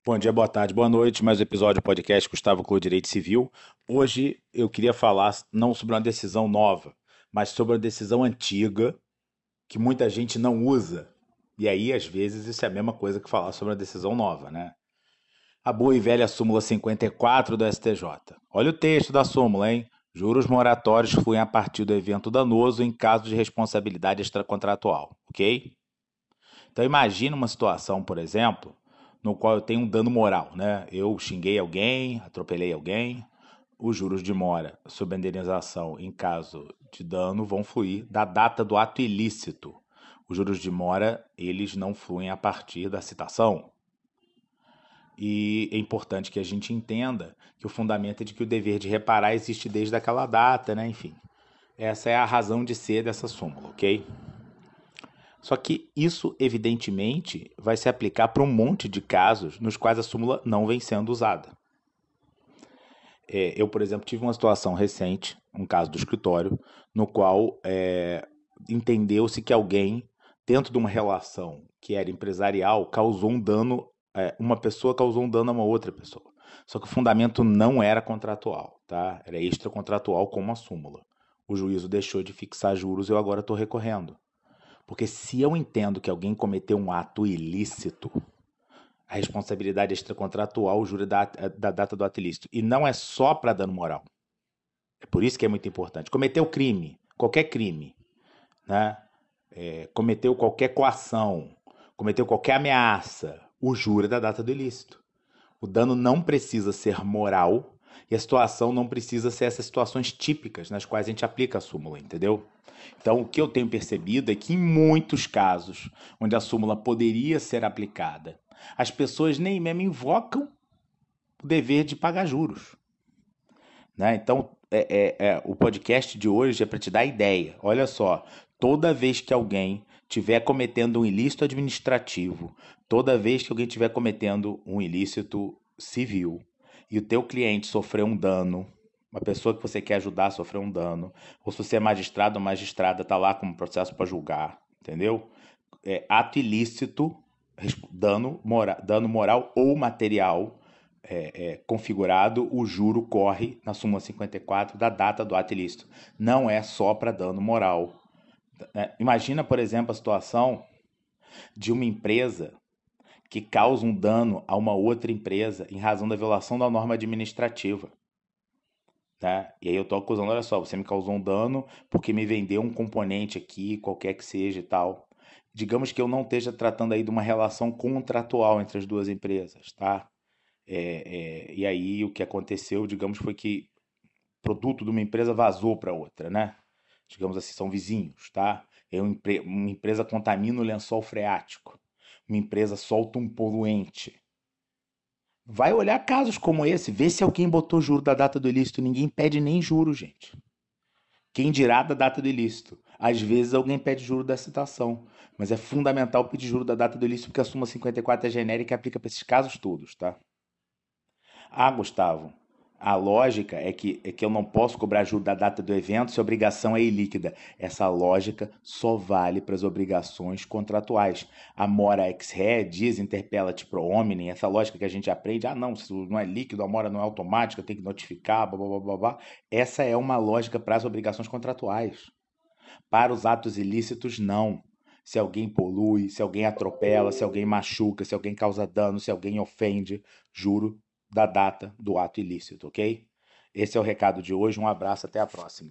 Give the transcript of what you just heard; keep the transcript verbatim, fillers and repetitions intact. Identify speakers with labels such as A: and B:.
A: Bom dia, boa tarde, boa noite. Mais um episódio do podcast Gustavo Clô Direito Civil. Hoje eu queria falar não sobre uma decisão nova, mas sobre uma decisão antiga que muita gente não usa. E aí, às vezes, isso é a mesma coisa que falar sobre uma decisão nova, né? A boa e velha súmula cinquenta e quatro do S T J. Olha o texto da súmula, hein? Juros moratórios fluem a partir do evento danoso em caso de responsabilidade extracontratual, ok? Então imagina uma situação, por exemplo, no qual eu tenho um dano moral, né? Eu xinguei alguém, atropelei alguém, os juros de mora sob a indenização em caso de dano vão fluir da data do ato ilícito. Os juros de mora, eles não fluem a partir da citação. E é importante que a gente entenda que o fundamento é de que o dever de reparar existe desde aquela data, né? Enfim, essa é a razão de ser dessa súmula, ok? Só que isso, evidentemente, vai se aplicar para um monte de casos nos quais a súmula não vem sendo usada. É, eu, por exemplo, tive uma situação recente, um caso do escritório, no qual é, entendeu-se que alguém, dentro de uma relação que era empresarial, causou um dano, é, uma pessoa causou um dano a uma outra pessoa. Só que o fundamento não era contratual, tá? Era extracontratual como a súmula. O juízo deixou de fixar juros e eu agora estou recorrendo. Porque se eu entendo que alguém cometeu um ato ilícito, a responsabilidade extracontratual jura da, da data do ato ilícito. E não é só para dano moral. É por isso que é muito importante. Cometeu crime, qualquer crime, né? É, cometeu qualquer coação, cometeu qualquer ameaça, o jura da data do ilícito. O dano não precisa ser moral e a situação não precisa ser essas situações típicas nas quais a gente aplica a súmula, entendeu? Então, o que eu tenho percebido é que em muitos casos onde a súmula poderia ser aplicada, as pessoas nem mesmo invocam o dever de pagar juros. Né? Então, é, é, é, o podcast de hoje é para te dar ideia. Olha só, toda vez que alguém estiver cometendo um ilícito administrativo, toda vez que alguém estiver cometendo um ilícito civil e o teu cliente sofreu um dano, uma pessoa que você quer ajudar a sofrer um dano, ou se você é magistrado ou magistrada, está lá com um processo para julgar, entendeu? É, ato ilícito, dano, mora, dano moral ou material é, é, configurado, o juro corre na súmula cinquenta e quatro da data do ato ilícito. Não é só para dano moral. É, imagina, por exemplo, a situação de uma empresa que causa um dano a uma outra empresa em razão da violação da norma administrativa. Tá? E aí eu estou acusando, olha só, você me causou um dano porque me vendeu um componente aqui, qualquer que seja e tal. Digamos que eu não esteja tratando aí de uma relação contratual entre as duas empresas, tá? É, é, e aí o que aconteceu, digamos, foi que produto de uma empresa vazou para outra, né? Digamos assim, são vizinhos, tá? É uma, uma empresa contamina o lençol freático, uma empresa solta um poluente. Vai olhar casos como esse, vê se alguém botou juro da data do ilícito. Ninguém pede nem juro, gente. Quem dirá da data do ilícito? Às vezes alguém pede juro da citação, mas é fundamental pedir juro da data do ilícito porque a súmula cinquenta e quatro é genérica e aplica para esses casos todos, tá? Ah, Gustavo, a lógica é que, é que eu não posso cobrar juro da data do evento se a obrigação é ilíquida. Essa lógica só vale para as obrigações contratuais. A mora ex re diz interpellat pro hominem, essa lógica que a gente aprende, ah não, se não é líquido, a mora não é automática, tem que notificar, blá, blá, blá, blá, blá. Essa é uma lógica para as obrigações contratuais. Para os atos ilícitos, não. Se alguém polui, se alguém atropela, se alguém machuca, se alguém causa dano, se alguém ofende, juro da data do ato ilícito, ok? Esse é o recado de hoje. Um abraço, até a próxima.